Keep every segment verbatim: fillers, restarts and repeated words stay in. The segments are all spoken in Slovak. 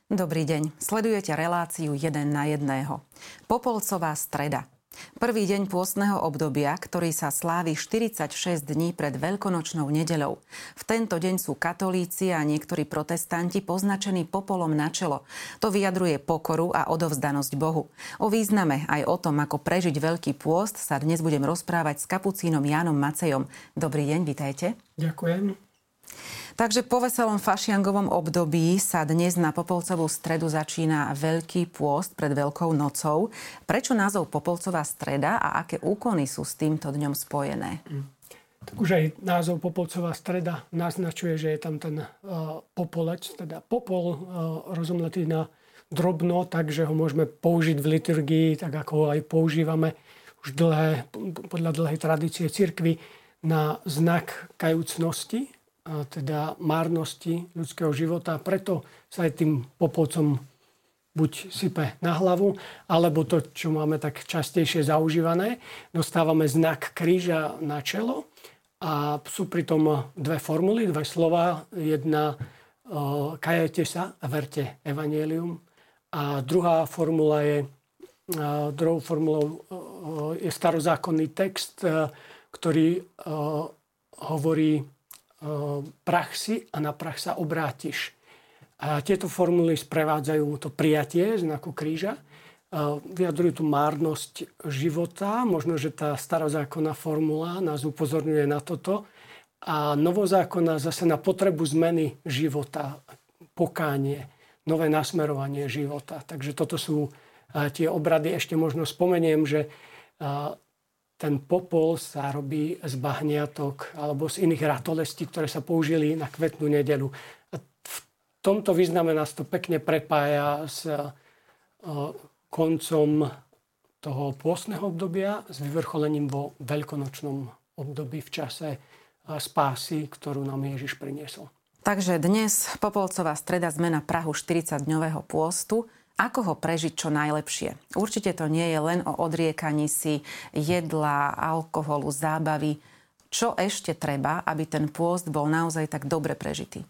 Dobrý deň. Sledujete reláciu jeden na jedného. Popolcová streda. Prvý deň pôstneho obdobia, ktorý sa slávi štyridsaťšesť dní pred veľkonočnou nedeľou. V tento deň sú katolíci a niektorí protestanti poznačení popolom na čelo. To vyjadruje pokoru a odovzdanosť Bohu. O význame aj o tom, ako prežiť veľký pôst, sa dnes budem rozprávať s kapucínom Jánom Macejom. Dobrý deň, vitajte. Ďakujem. Takže po veselom fašiangovom období sa dnes na Popolcovú stredu začína Veľký pôst pred Veľkou nocou. Prečo názov Popolcová streda a aké úkony sú s týmto dňom spojené? Tak už aj názov Popolcová streda naznačuje, že je tam ten uh, popolec, teda popol uh, rozumletý na drobno, takže ho môžeme použiť v liturgii, tak ako ho aj používame už dlhé, podľa dlhej tradície cirkvi na znak kajúcnosti, a teda márnosti ľudského života. Preto sa aj tým popolcom buď sype na hlavu, alebo to, čo máme tak častejšie zaužívané, dostávame znak kríža na čelo a sú pritom dve formuly, dve slova. Jedna kajajte sa a verte evanjelium a druhá formula je, druhou formulou je starozákonný text, ktorý hovorí prach si a na prach sa obrátiš. A tieto formuly sprevádzajú to prijatie znaku kríža. Vyjadrujú tú márnosť života. Možno, že tá starozákonná formula nás upozorňuje na toto. A novozákonná zase na potrebu zmeny života, pokánie, nové nasmerovanie života. Takže toto sú tie obrady. Ešte možno spomeniem, že ten popol sa robí z bahniatok alebo z iných ratolestí, ktoré sa použili na kvetnú nedeľu. A v tomto význame nás to pekne prepája s koncom toho pôstneho obdobia, s vyvrcholením vo veľkonočnom období v čase spásy, ktorú nám Ježiš priniesol. Takže dnes Popolcová streda, sme na prahu štyridsaťdňového pôstu. Ako ho prežiť čo najlepšie? Určite to nie je len o odriekaní si jedla, alkoholu, zábavy. Čo ešte treba, aby ten pôst bol naozaj tak dobre prežitý?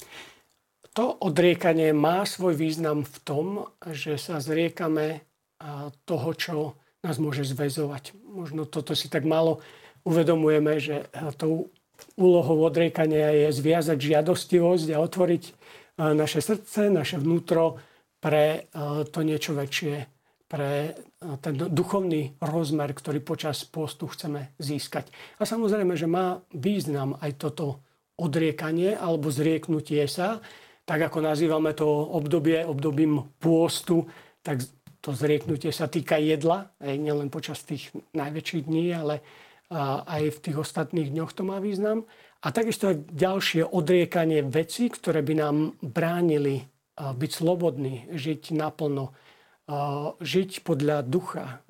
To odriekanie má svoj význam v tom, že sa zriekame toho, čo nás môže zväzovať. Možno toto si tak málo uvedomujeme, že tou úlohou odriekania je zviazať žiadostivosť a otvoriť naše srdce, naše vnútro pre to niečo väčšie, pre ten duchovný rozmer, ktorý počas postu chceme získať. A samozrejme, že má význam aj toto odriekanie alebo zrieknutie sa, tak ako nazývame to obdobie obdobím pôstu, tak to zrieknutie sa týka jedla, aj nielen počas tých najväčších dní, ale aj v tých ostatných dňoch to má význam. A takisto aj ďalšie odriekanie vecí, ktoré by nám bránili byť slobodný, žiť naplno, žiť podľa ducha,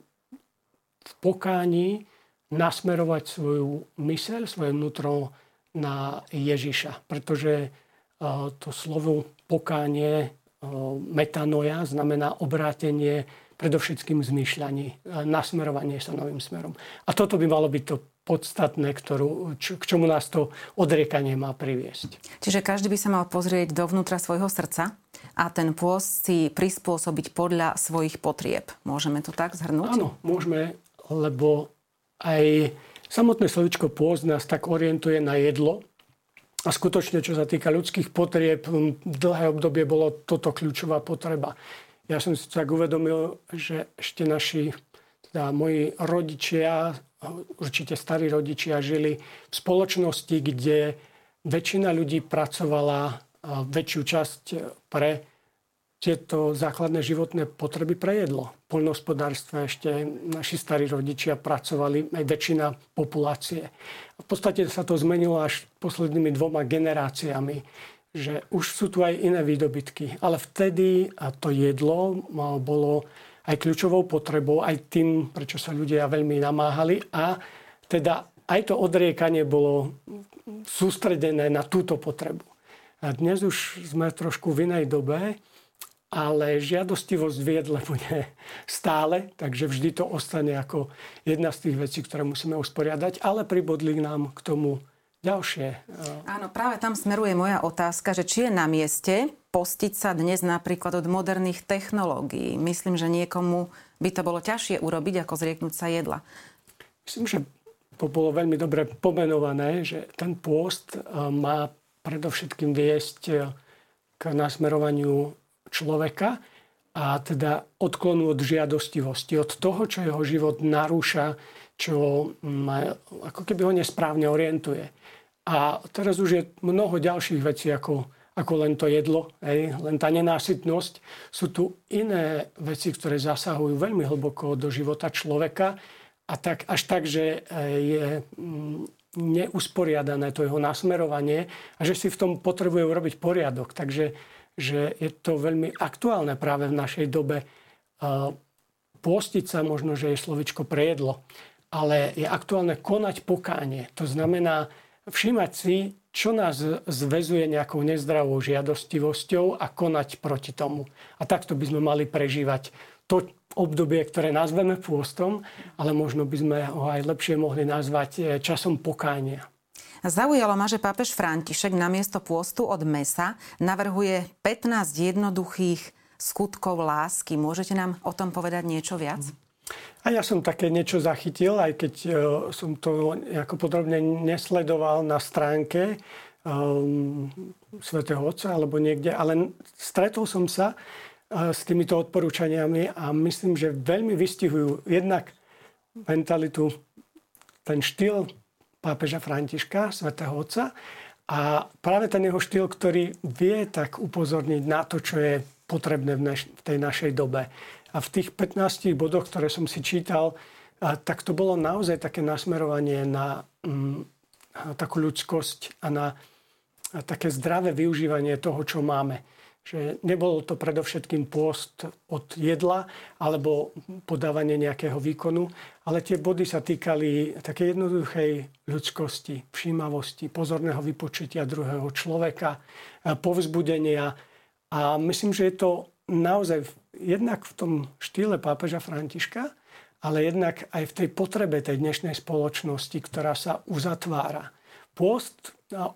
v pokání nasmerovať svoju myseľ, svoje vnútro na Ježiša. Pretože to slovo pokánie, metanoia, znamená obrátenie predovšetkým zmýšľaní, nasmerovanie sa novým smerom. A toto by malo byť to podstatné, ktorú, čo, k čomu nás to odriekanie má priviesť. Čiže každý by sa mal pozrieť dovnútra svojho srdca a ten pôst si prispôsobiť podľa svojich potrieb. Môžeme to tak zhrnúť? Áno, môžeme, lebo aj samotné slovičko pôst nás tak orientuje na jedlo. A skutočne, čo sa týka ľudských potrieb, dlhé obdobie bolo toto kľúčová potreba. Ja som si tak uvedomil, že ešte naši, teda moji rodičia, určite starí rodičia, žili v spoločnosti, kde väčšina ľudí pracovala väčšiu časť pre tieto základné životné potreby pre jedlo. V poľnohospodárstve ešte naši starí rodičia pracovali, aj väčšina populácie. V podstate sa to zmenilo až poslednými dvoma generáciami, že už sú tu aj iné výdobytky. Ale vtedy to jedlo bolo aj kľúčovou potrebou, aj tým, prečo sa ľudia veľmi namáhali. A teda aj to odriekanie bolo sústredené na túto potrebu. A dnes už sme trošku v inej dobe, ale žiadostivosť v jedle bude stále, takže vždy to ostane ako jedna z tých vecí, ktoré musíme usporiadať, ale pribodli nám k tomu ďalšie. Áno, práve tam smeruje moja otázka, že či je na mieste postiť sa dnes napríklad od moderných technológií. Myslím, že niekomu by to bolo ťažšie urobiť, ako zrieknúť sa jedla. Myslím, že to bolo veľmi dobre pomenované, že ten pôst má predovšetkým viesť k nasmerovaniu človeka a teda odklonu od žiadostivosti, od toho, čo jeho život narúša, čo ma, ako keby ho nesprávne orientuje. A teraz už je mnoho ďalších vecí ako, ako len to jedlo, hej, len tá nenásytnosť. Sú tu iné veci, ktoré zasahujú veľmi hlboko do života človeka a tak, až tak, že je neusporiadané to jeho nasmerovanie a že si v tom potrebuje urobiť poriadok. Takže že je to veľmi aktuálne práve v našej dobe. Pôstiť sa možno, že je slovičko pre jedlo, ale je aktuálne konať pokánie. To znamená všímať si, čo nás zväzuje nejakou nezdravou žiadostivosťou a konať proti tomu. A takto by sme mali prežívať to obdobie, ktoré nazveme pôstom, ale možno by sme ho aj lepšie mohli nazvať časom pokánia. Zaujalo ma, že pápež František namiesto pôstu od mäsa navrhuje pätnásť jednoduchých skutkov lásky. Môžete nám o tom povedať niečo viac? A ja som také niečo zachytil, aj keď som to nejako podrobne nesledoval na stránke um, Svätého Otca alebo niekde, ale stretol som sa uh, s týmito odporúčaniami a myslím, že veľmi vystihujú jednak mentalitu, ten štýl pápeža Františka, Svätého Otca a práve ten jeho štýl, ktorý vie tak upozorniť na to, čo je potrebné v, naš- v tej našej dobe. A v tých pätnástich bodoch, ktoré som si čítal, tak to bolo naozaj také nasmerovanie na um, takú ľudskosť a na a také zdravé využívanie toho, čo máme. Že nebolo to predovšetkým pôst od jedla alebo podávanie nejakého výkonu, ale tie body sa týkali také jednoduchej ľudskosti, všímavosti, pozorného vypočutia druhého človeka, povzbudenia. A myslím, že je to naozaj jednak v tom štýle pápeža Františka, ale jednak aj v tej potrebe tej dnešnej spoločnosti, ktorá sa uzatvára. Pôst a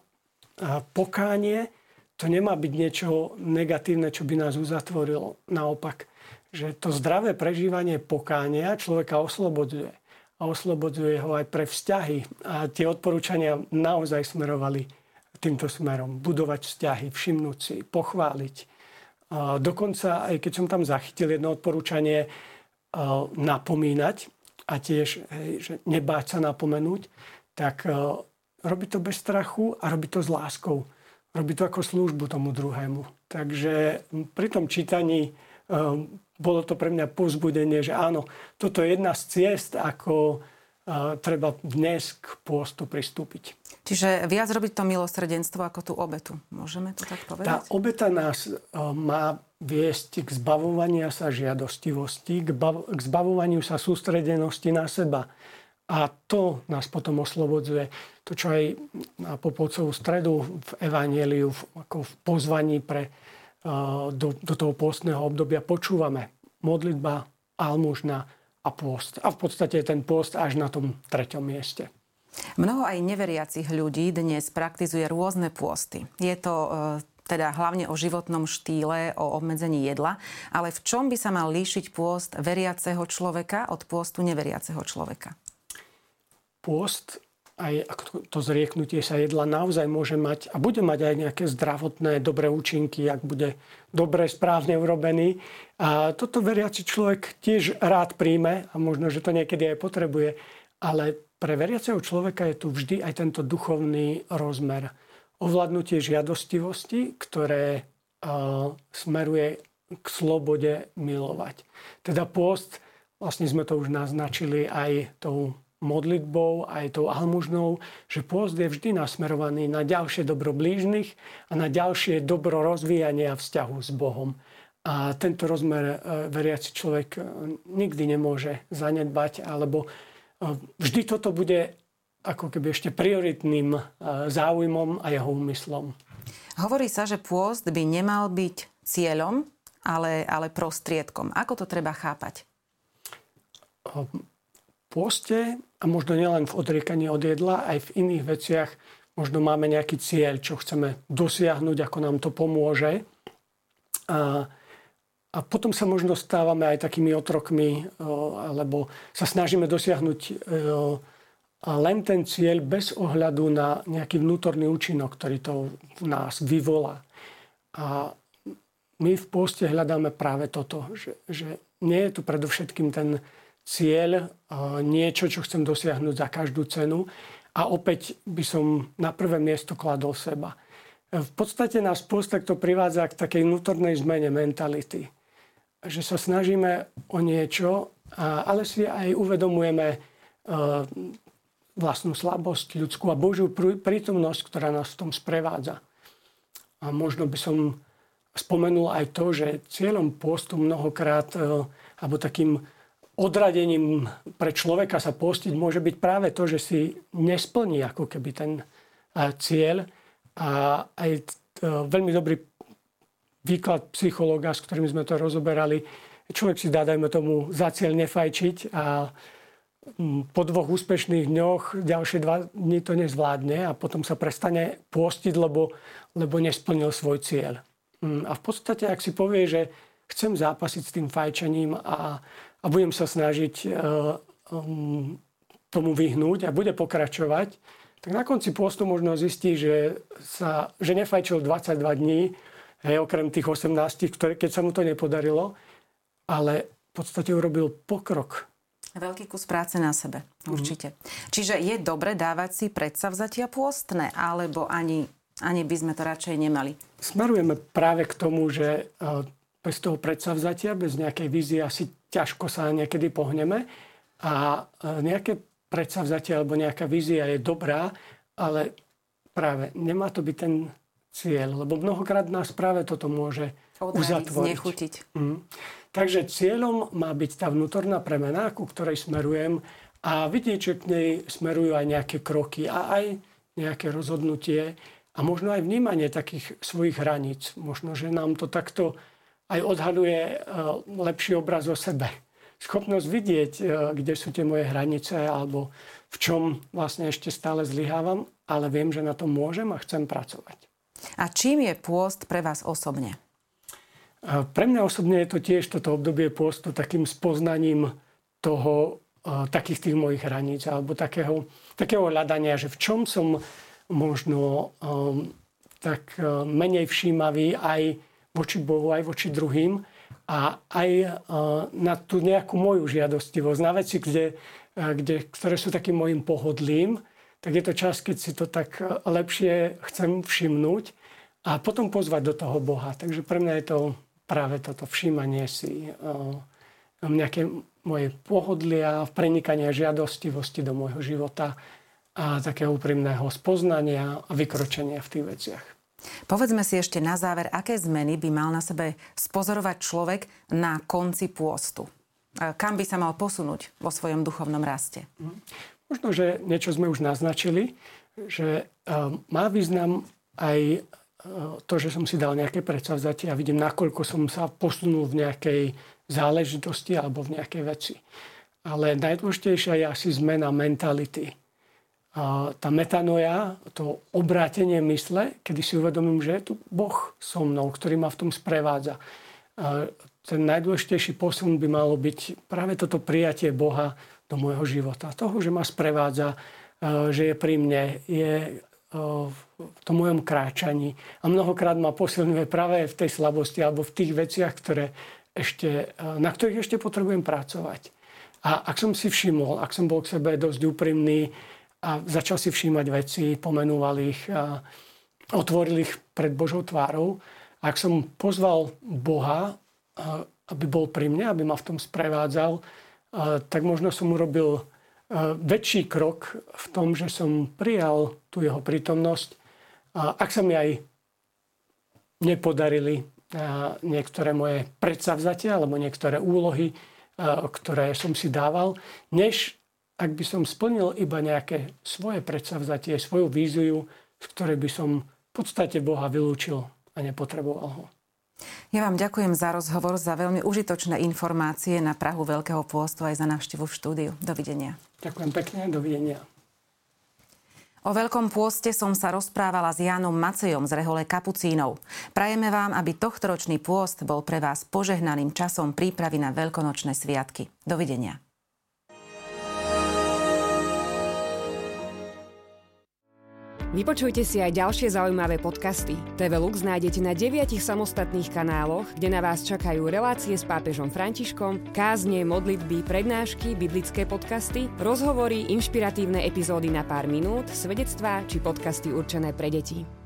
pokánie, to nemá byť niečo negatívne, čo by nás uzatvorilo. Naopak, že to zdravé prežívanie pokánia človeka oslobodzuje. A oslobodzuje ho aj pre vzťahy. A tie odporúčania naozaj smerovali týmto smerom. Budovať vzťahy, všimnúť si, pochváliť. A dokonca, aj keď som tam zachytil jedno odporúčanie, napomínať a tiež, hej, že nebáť sa napomenúť, tak robiť to bez strachu a robiť to s láskou. Robiť to ako službu tomu druhému. Takže pri tom čítaní um, bolo to pre mňa povzbudenie, že áno, toto je jedna z ciest, ako uh, treba dnes k pôstu pristúpiť. Čiže viac robiť to milosrdenstvo ako tú obetu. Môžeme to tak povedať? Tá obeta nás uh, má viesť k zbavovaniu sa žiadostivosti, k, bav- k zbavovaniu sa sústredenosti na seba. A to nás potom oslobodzuje. To, čo aj na Popolcovú stredu v Evanjeliu, ako v pozvaní pre, do, do toho pôstneho obdobia počúvame. Modlitba, almužna a pôst. A v podstate je ten pôst až na tom treťom mieste. Mnoho aj neveriacich ľudí dnes praktizuje rôzne pôsty. Je to teda hlavne o životnom štýle, o obmedzení jedla. Ale v čom by sa mal líšiť pôst veriaceho človeka od pôstu neveriaceho človeka? Pôst, aj ako to zrieknutie sa jedla naozaj môže mať a bude mať aj nejaké zdravotné, dobré účinky, ak bude dobre, správne urobený. A toto veriaci človek tiež rád príjme a možno, že to niekedy aj potrebuje. Ale pre veriaceho človeka je tu vždy aj tento duchovný rozmer. Ovládnutie žiadostivosti, ktoré uh, smeruje k slobode milovať. Teda pôst, vlastne sme to už naznačili aj tou modlitbou, aj tou almužnou, že pôst je vždy nasmerovaný na ďalšie dobro blížnych a na ďalšie dobro rozvíjania vzťahu s Bohom. A tento rozmer veriaci človek nikdy nemôže zanedbať, alebo vždy toto bude ako keby ešte prioritným záujmom a jeho úmyslom. Hovorí sa, že pôst by nemal byť cieľom, ale, ale prostriedkom. Ako to treba chápať? Pôste, a možno nielen v odriekaní od jedla, aj v iných veciach možno máme nejaký cieľ, čo chceme dosiahnuť, ako nám to pomôže. A, a potom sa možno stávame aj takými otrokmi, alebo sa snažíme dosiahnuť len ten cieľ bez ohľadu na nejaký vnútorný účinok, ktorý to v nás vyvolá. A my v pôste hľadáme práve toto, že, že nie je tu predovšetkým ten cieľ, niečo, čo chcem dosiahnuť za každú cenu a opäť by som na prvé miesto kladol seba. V podstate nás pôst takto privádza k takej vnútornej zmene mentality. Že sa snažíme o niečo, ale si aj uvedomujeme vlastnú slabosť ľudskú a Božiu prítomnosť, ktorá nás v tom sprevádza. A možno by som spomenul aj to, že cieľom pôstu mnohokrát, alebo takým odradením pre človeka sa postiť môže byť práve to, že si nesplní ako keby ten cieľ. A aj veľmi dobrý výklad psychológa, s ktorým sme to rozoberali, človek si dá, dajme tomu, za cieľ nefajčiť a po dvoch úspešných dňoch ďalšie dva dni to nezvládne a potom sa prestane pôstiť, lebo, lebo nesplnil svoj cieľ. A v podstate, ak si povie, že chcem zápasiť s tým fajčením a, a budem sa snažiť uh, um, tomu vyhnúť a bude pokračovať, tak na konci pôstu možno zistí, že, sa, že nefajčil dvadsaťdva dní, hej, okrem tých osemnásť, ktoré, keď sa mu to nepodarilo, ale v podstate urobil pokrok. Veľký kus práce na sebe, určite. Mm. Čiže je dobre dávať si predsavzatia pôstne, alebo ani... Ani by sme to radšej nemali. Smerujeme práve k tomu, že bez toho predsavzatia, bez nejakej vízie asi ťažko sa niekedy pohneme. A nejaké predsavzatie alebo nejaká vízia je dobrá, ale práve nemá to byť ten cieľ. Lebo mnohokrát nás práve toto môže odradiť, uzatvoriť. znechutiť. Mm. Takže cieľom má byť tá vnútorná premena, ku ktorej smerujem. A vidieť, že k nej smerujú aj nejaké kroky a aj nejaké rozhodnutie. A možno aj vnímanie takých svojich hraníc. Možno, že nám to takto aj odhaľuje lepší obraz o sebe. Schopnosť vidieť, kde sú tie moje hranice alebo v čom vlastne ešte stále zlyhávam, ale viem, že na tom môžem a chcem pracovať. A čím je pôst pre vás osobne? Pre mňa osobne je to tiež toto obdobie pôstu takým spoznaním toho, takých tých mojich hraníc alebo takého, takého hľadania, že v čom som možno um, tak uh, menej všímavý aj voči Bohu, aj voči druhým a aj uh, na tú nejakú moju žiadostivosť, na veci, kde, uh, kde, ktoré sú takým mojim pohodlím, tak je to čas, keď si to tak uh, lepšie chcem všimnúť a potom pozvať do toho Boha. Takže pre mňa je to práve toto všímanie si uh, nejaké moje pohodlia, prenikanie žiadostivosti do môjho života a takého úprimného spoznania a vykročenia v tých veciach. Povedzme si ešte na záver, aké zmeny by mal na sebe spozorovať človek na konci pôstu. Kam by sa mal posunúť vo svojom duchovnom raste? Možno, že niečo sme už naznačili, že má význam aj to, že som si dal nejaké predsavzatie a vidím, nakoľko som sa posunul v nejakej záležitosti alebo v nejakej veci. Ale najdôležitejšia je asi zmena mentality. A tá metanoja, to obrátenie mysle, kedy si uvedomím, že je tu Boh so mnou, ktorý ma v tom sprevádza. A ten najdôležitejší posun by malo byť práve toto prijatie Boha do môjho života. Toho, že ma sprevádza, že je pri mne, je v tom mojom kráčaní. A mnohokrát ma posilňuje práve v tej slabosti alebo v tých veciach, ktoré ešte, na ktorých ešte potrebujem pracovať. A ak som si všimol, ak som bol k sebe dosť úprimný, a začal si všímať veci, pomenúval ich, a otvoril ich pred Božou tvárou. A ak som pozval Boha, aby bol pri mne, aby ma v tom sprevádzal, tak možno som urobil väčší krok v tom, že som prijal tú jeho prítomnosť. Ak sa mi aj nepodarili niektoré moje predsavzatia alebo niektoré úlohy, ktoré som si dával, než ak by som splnil iba nejaké svoje predsavzatie, svoju víziu, z ktorej by som v podstate Boha vylúčil a nepotreboval ho. Ja vám ďakujem za rozhovor, za veľmi užitočné informácie na prahu Veľkého pôstu aj za návštevu v štúdiu. Dovidenia. Ďakujem pekne, dovidenia. O Veľkom pôste som sa rozprávala s Jánom Macejom z rehole kapucínov. Prajeme vám, aby tohtoročný pôst bol pre vás požehnaným časom prípravy na veľkonočné sviatky. Dovidenia. Vypočujte si aj ďalšie zaujímavé podcasty. té vé Lux nájdete na deviatich samostatných kanáloch, kde na vás čakajú relácie s pápežom Františkom, kázne, modlitby, prednášky, biblické podcasty, rozhovory, inšpiratívne epizódy na pár minút, svedectvá či podcasty určené pre deti.